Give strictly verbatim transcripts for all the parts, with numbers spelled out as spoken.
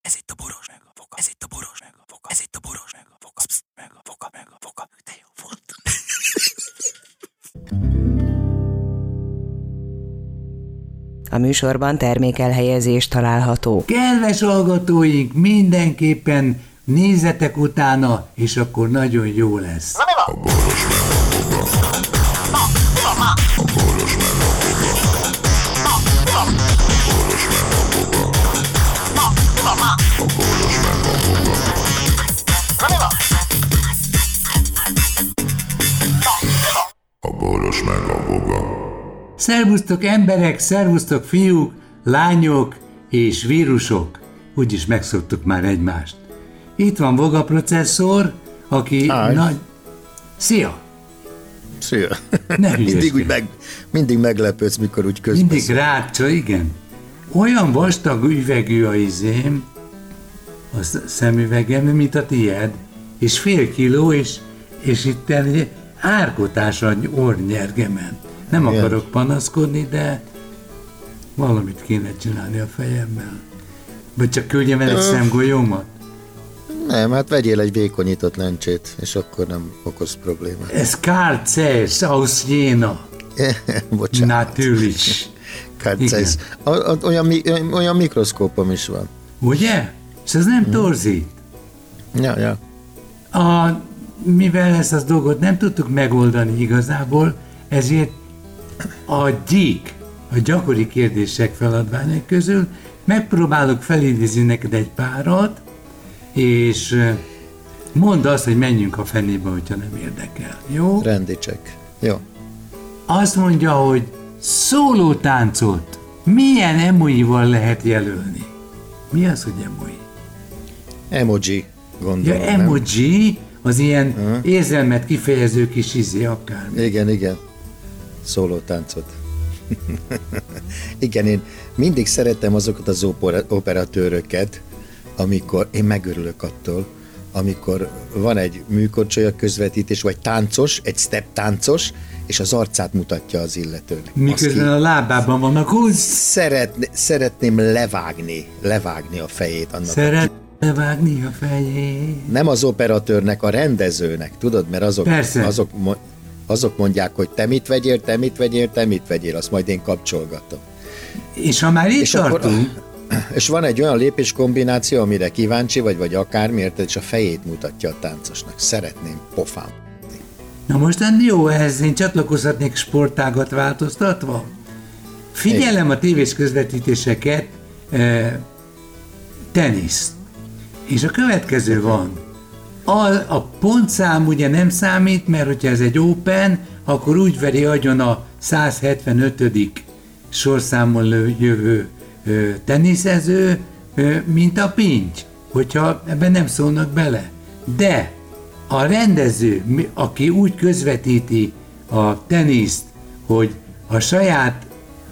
Ez itt a boros meg a foka. Ez itt a boros meg a foka. Ez itt a boros meg a foka. Psz, meg a foka, meg a foka. De jó volt. A műsorban termékelhelyezés található. Kedves hallgatóink, mindenképpen nézzetek utána, és akkor nagyon jó lesz. Na mi van? A boros meg a foka. Na, mi van már? A boros meg a foka. Na, mi van? A boros meg a foka. Na, mi van már? A boros meg a foka. Na mi van? Na, mi van? A boros meg a foka. Szervusztok emberek, szervusztok fiúk, lányok és vírusok. Úgyis megszoktuk már egymást. Itt van Voga processzor, aki Hi. nagy... Szia! Szia! Ne mindig, úgy meg, mindig meglepődsz, mikor úgy közbeszél. Mindig rácsa, igen. Olyan vastag üvegű a izém, a szemüvegem, mint a tied, és fél kiló, és, és itt egy árkotás a orrnyergemen. Nem igen. akarok panaszkodni, de valamit kéne csinálni a fejemmel. Vagy csak küldjem el egy szemgolyómat? Nem, hát vegyél egy vékonyított lencsét, és akkor nem okoz problémát. Ez Carl Zeiss aus Jena. Bocsánat. Natürlich. Carl Zeiss. Olyan, olyan mikroszkópom is van. Ugye? És ez nem torzít. Ja, ja. A, mivel ezt az dolgot nem tudtuk megoldani igazából, ezért a gyík, a gyakori kérdések feladványok közül megpróbálok felidézni neked egy párat, és mondd azt, hogy menjünk a fenébe, hogyha nem érdekel. Jó? Rendicsek. Jó. Azt mondja, hogy szólótáncot milyen emojival lehet jelölni? Mi az, hogy emoji? Emoji, gondolom. Ja, emoji, az ilyen uh-huh. érzelmet kifejező kis izé, akármi. Igen, igen. Szólótáncot. Igen, én mindig szeretem azokat az operatőröket, amikor én megörülök attól, amikor van egy műkorcsolya közvetítés, vagy táncos, egy step táncos, és az arcát mutatja az illetőnek. Miközben a lábában vannak húz. Szeretné, szeretném levágni, levágni a fejét annak. Szeret levágni a fejét. Nem az operatőrnek, a rendezőnek, tudod, mert azok, azok, azok mondják, hogy te mit vegyél, te mit vegyél, te mit vegyél, azt majd én kapcsolgatom. És ha már itt és tartunk... Akkor, és van egy olyan lépéskombináció, amire kíváncsi vagy, vagy akármiért, és a fejét mutatja a táncosnak. Szeretném pofám. Na most jó, ehhez én csatlakozhatnék sportágat változtatva. Figyelem a tévés közvetítéseket, eh, teniszt. És a következő van. A, a pontszám ugye nem számít, mert hogyha ez egy open, akkor úgy veri agyon a száz hetvenötödik sorszámon jövő ö, teniszező, ö, mint a pincs, hogyha ebben nem szólnak bele. De a rendező, aki úgy közvetíti a teniszt, hogy a saját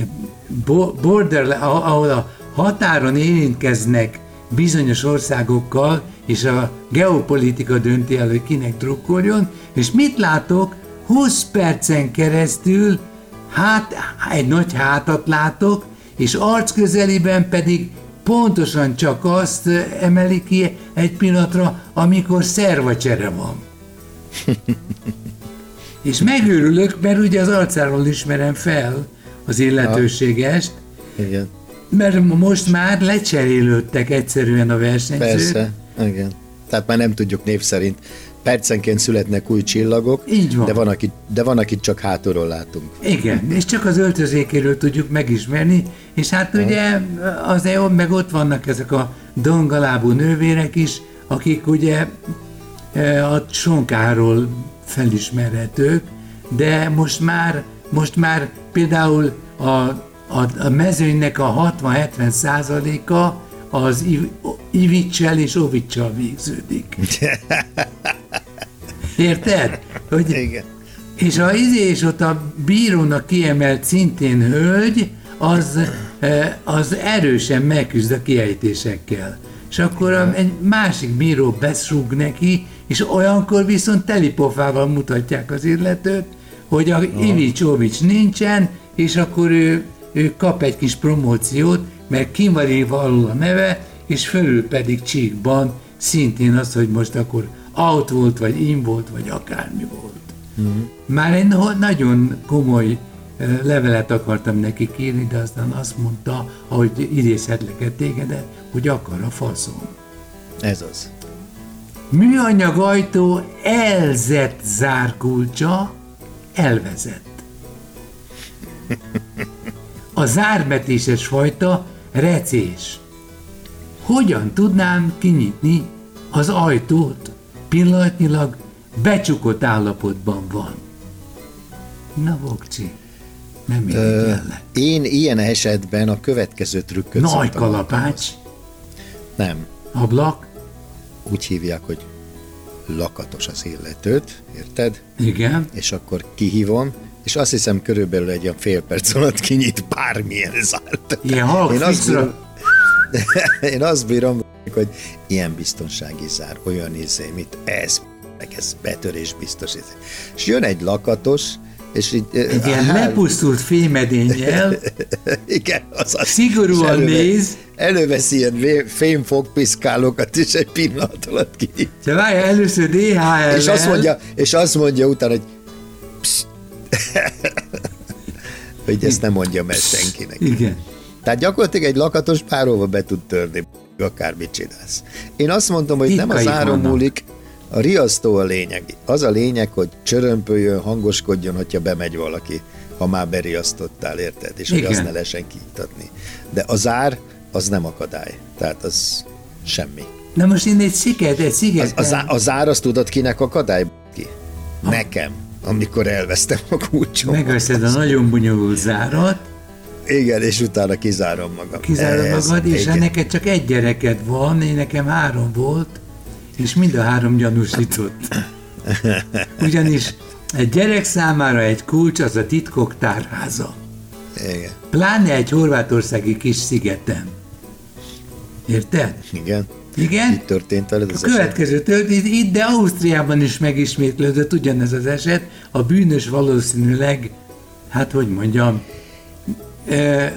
border, ahol a határon érintkeznek bizonyos országokkal, és a geopolitika dönti el, hogy kinek drukkoljon, és mit látok? húsz percen keresztül hát, egy nagy hátat látok, és arc közelében pedig pontosan csak azt emeli ki egy pillanatra, amikor szervacsere van. És megőrülök, mert ugye az arcáról ismerem fel az illetőségest, igen. Mert most már lecserélődtek egyszerűen a versenyzők. Persze, igen. Tehát már nem tudjuk név szerint. Percenként születnek új csillagok, így van. De van, akit, de van, akit csak hátulról látunk. Igen, és csak az öltözékéről tudjuk megismerni, és hát ugye azért meg ott vannak ezek a dongalábú nővérek is, akik ugye a sonkáról felismerhetők, de most már, most már például a, a, a mezőnynek a hatvan-hetven százaléka az Ivicsel és Ovicsal végződik. Érted? Hogy, igen. És a izé és ott a bírónak kiemelt szintén hölgy, az, az erősen megküzd a kiejtésekkel. És akkor a, egy másik bíró beszúg neki, és olyankor viszont telipofával mutatják az illetőt, hogy a Ivics Ovics nincsen, és akkor ő, ő kap egy kis promóciót, mert kim van írva alul a neve, és fölül pedig csíkban szintén az, hogy most akkor out volt, vagy in volt, vagy akármi volt. Mm. Már egy nagyon komoly levelet akartam neki írni, de aztán azt mondta, ahogy idézhetlek tégedet, hogy akar a faszom. Ez az. Műanyag ajtó elzett zárkulcsa elvezett. A zárbetéses fajta recés. Hogyan tudnám kinyitni az ajtót? Pillanatnyilag becsukott állapotban van. Na, Vokcsi, nem irigyellek. Én ilyen esetben a következő trükköt Nagy szoktam kalapács. alkalmazni. Nem. Ablak. Úgy hívják, hogy lakatos az illetőt, érted? Igen. És akkor kihívom, és azt hiszem körülbelül egy olyan fél perc alatt kinyit bármilyen zárt. Ilyen halk Én azt bírom, fixra. én azt bírom, hogy ilyen biztonsági zár, olyan izé, mit ez, meg ez betörés biztos. Izé. És jön egy lakatos, és így... Egy ilyen lepusztult fémedénnyel, igen, az az. szigorúan előve, néz. Előveszi ilyen fémfogpiszkálókat, és egy pillanat alatt kinyit. De várja, először dé há el-el. És azt mondja, és azt mondja utána, hogy psz, hogy ezt nem mondja meg senkinek. Igen. Tehát gyakorlatilag egy lakatos bárhova be tud törni, akármit csinálsz. Én azt mondom, hogy Titkai nem az áron vannak. múlik, a riasztó a lényeg. Az a lényeg, hogy csörömpöljön, hangoskodjon, hogyha bemegy valaki, ha már beriasztottál, érted? És Igen. hogy azt ne lehessen kinyitni. De a zár, az nem akadály. Tehát az semmi. Na most én egy sziget, egy Az, szigeten. a, zár, a zár, azt tudod kinek akadály? Ki? Nekem, amikor elvesztem a kulcsomat. Megveszed a nagyon bonyolult zárat, Igen, és utána kizárom magam. kizárod Ez, magad, és igen. ha neked csak egy gyereked van, én nekem három volt, és mind a három gyanúsított. Ugyanis egy gyerek számára egy kulcs az a titkok tárháza. Igen. Pláne egy horvátországi kis szigeten. Érted? Igen. Igen? Itt történt veled A az eset? következő történt itt, de Ausztriában is megismétlődött ugyanez az eset. A bűnös valószínűleg, hát hogy mondjam, eh,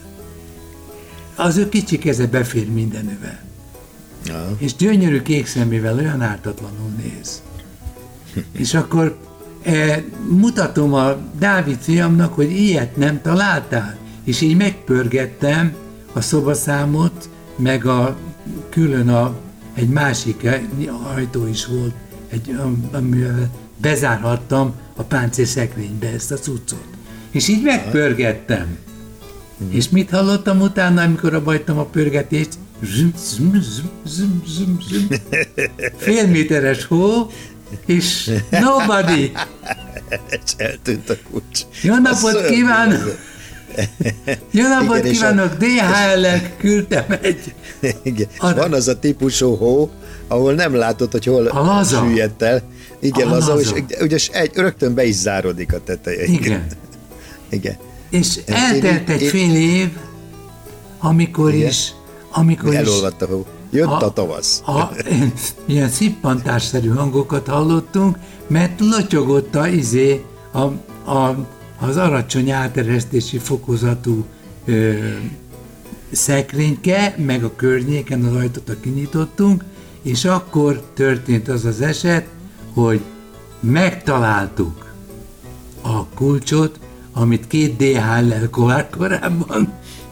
az ő kicsi keze befér mindenövel. Ja. És gyönyörű kék szemével olyan ártatlanul néz. És akkor eh, mutatom a Dávid fiamnak, hogy ilyet nem találtál. És így megpörgettem a szobaszámot, meg a külön a, egy másik ajtó is volt, egy, am- amivel bezárhattam a páncélszekrénybe ezt a cuccot. És így megpörgettem. Mm. És mit hallottam utána, amikor abbahagytam a pörgetést? Züm, züm, züm, züm, züm, züm. Fél méteres hó, és nobody. És eltűnt a kulcs. Jó A napot szörnyű. kívánok! Jó napot Igen, és a- kívánok! dé há el-lel küldtem egy... Igen. A- Van az a típusú hó, ahol nem látod, hogy hol A laza. süllyedt el. Igen, A laza, laza. és ugye egy, rögtön be is zárodik a teteje. Igen. Igen. És Én- eltelt én- egy én- fél év, amikor Igen. is, amikor is Elolvadt a hó. Jött a tavasz. A, ilyen szippantásszerű hangokat hallottunk, mert lotyogott a, izé, a, a, az alacsony áteresztési fokozatú ö, szekrényke, meg a környéken az ajtót kinyitottunk, és akkor történt az az eset, hogy megtaláltuk a kulcsot, amit két dé há el-lel korábban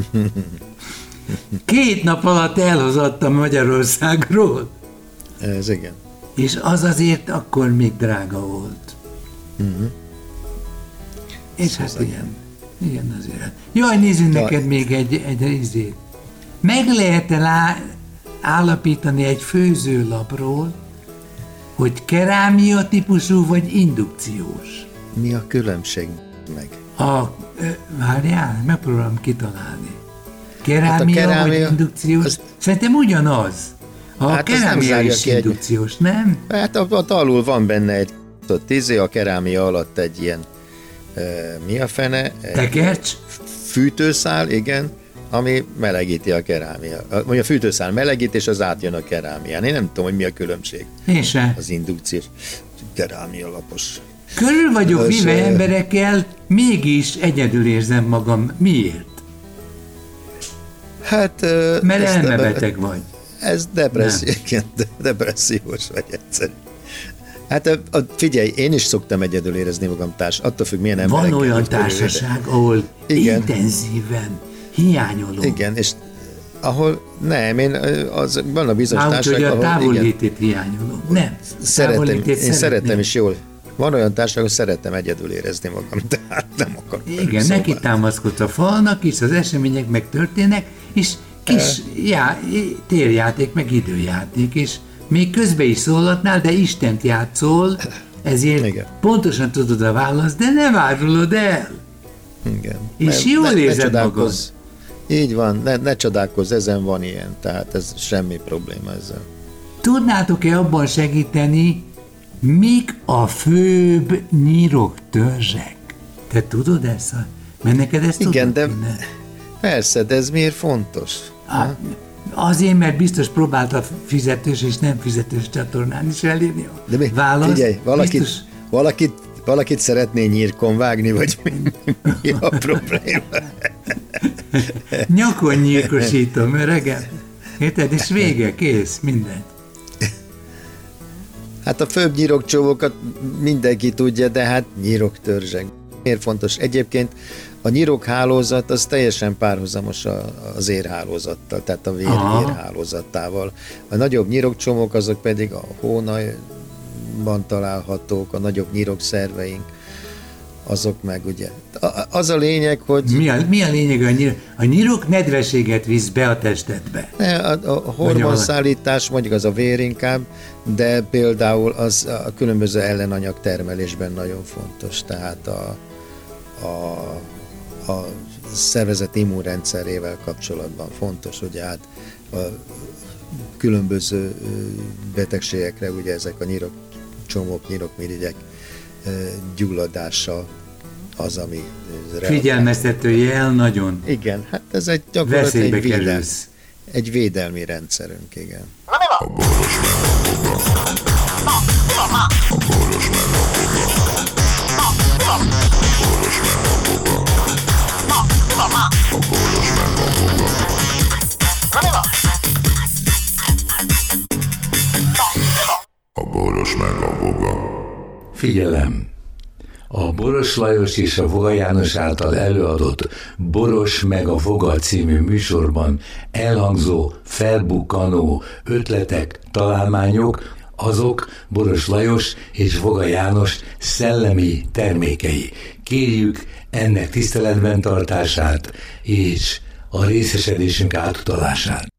két nap alatt elhozattam Magyarországról, Ez igen. és az azért akkor még drága volt. Uh-huh. És hát igen, igen azért. Jaj, nézzünk Jaj. neked még egy, egy izét. Meg lehet-e lá, állapítani egy főzőlapról, hogy kerámia típusú vagy indukciós? Mi a különbség meg? A, ö, várjál, megpróbálom kitalálni. Kerámia, Hát a kerámia, vagy indukciós? az- Szerintem ugyanaz. A Hát az nem kerámia zárja is ki egy- indukciós, nem? Hát ott alul van benne egy tízé, a kerámia alatt egy ilyen e, mi a fene? Egy Tekercs? fűtőszál, igen, ami melegíti a kerámia. Vagy a fűtőszál melegít, és az átjön a kerámián. Én nem tudom, hogy mi a különbség Én se. az indukciós kerámia lapos. Körül vagyok Az, vive ö, emberekkel, mégis egyedül érzem magam. Miért? Hát... Mert elmebeteg vagy. Ez depresszió, igen, depressziós vagy egyszerű. Hát a, a, figyelj, én is szoktam egyedül érezni magam társ, attól függ, milyen emberekkel. Van olyan társaság, ahol igen. intenzíven hiányolom. Igen, és ahol nem, én az, van a bizonyos Már társaság, ahol... a távollétét igen, hiányolom. Nem, szeretem, én szeretném. szeretem is jól. Van olyan társaság, ahol szeretem egyedül érezni magam, tehát nem akarok. Igen, szóval. Neki támaszkodsz a falnak is, az események megtörténnek, és kis já, térjáték, meg időjáték, és még közben is szólatnál, de Istent játszol, ezért igen. pontosan tudod a választ, de nem árulod el. Igen. És ne, jól ne, érzed ne magad. Így van, ne, ne csodálkozz, ezen van ilyen, tehát ez semmi probléma ezzel. Tudnátok-e abban segíteni, mik a főbb nyiroktörzsek? Te tudod ezt? Mert neked ezt igen, tudod? De persze, de ez miért fontos? Hát, azért, mert biztos próbálta fizetős és nem fizetős csatornán is elérni a de mi? választ. Figyelj, valakit, biztos... valakit, valakit szeretné nyírkon vágni, vagy mi, mi a probléma? Nyakon nyírkosítom, öregem. Érted? És vége, kész, minden. Hát a főbb nyirokcsóvokat mindenki tudja, de hát nyiroktörzsek. Miért fontos? Egyébként a nyirokhálózat az teljesen párhuzamos az érhálózattal, tehát a vér, vérhálózatával. A nagyobb nyirokcsomók azok pedig a hónajban találhatók, a nagyobb nyirokszerveink, azok meg ugye. Az a lényeg, hogy... Mi a, mi a lényeg a nyirok? A nyirok nedveséget visz be a testedbe. Ne, a, a hormonszállítás mondjuk az a vér inkább, de például az a különböző ellenanyag termelésben nagyon fontos, tehát a, a, a szervezet immunrendszerével kapcsolatban fontos, ugye hát a különböző betegségekre ugye ezek a nyirokcsomók, nyirokmirigyek gyulladása az, ami... Figyelmeztető jel nagyon. Igen, hát ez egy gyakorlatilag egy, védel, egy védelmi rendszerünk, igen. A boros meg a boga. A boros meg a boga. A boros meg a boga. A boros meg a boga. A boros meg a boga. Figyelem! A Boros Lajos és a Voga János által előadott Boros meg a Voga című műsorban elhangzó, felbukkanó ötletek, találmányok, azok Boros Lajos és Voga János szellemi termékei. Kérjük ennek tiszteletben tartását és a részesedésünk átutalását.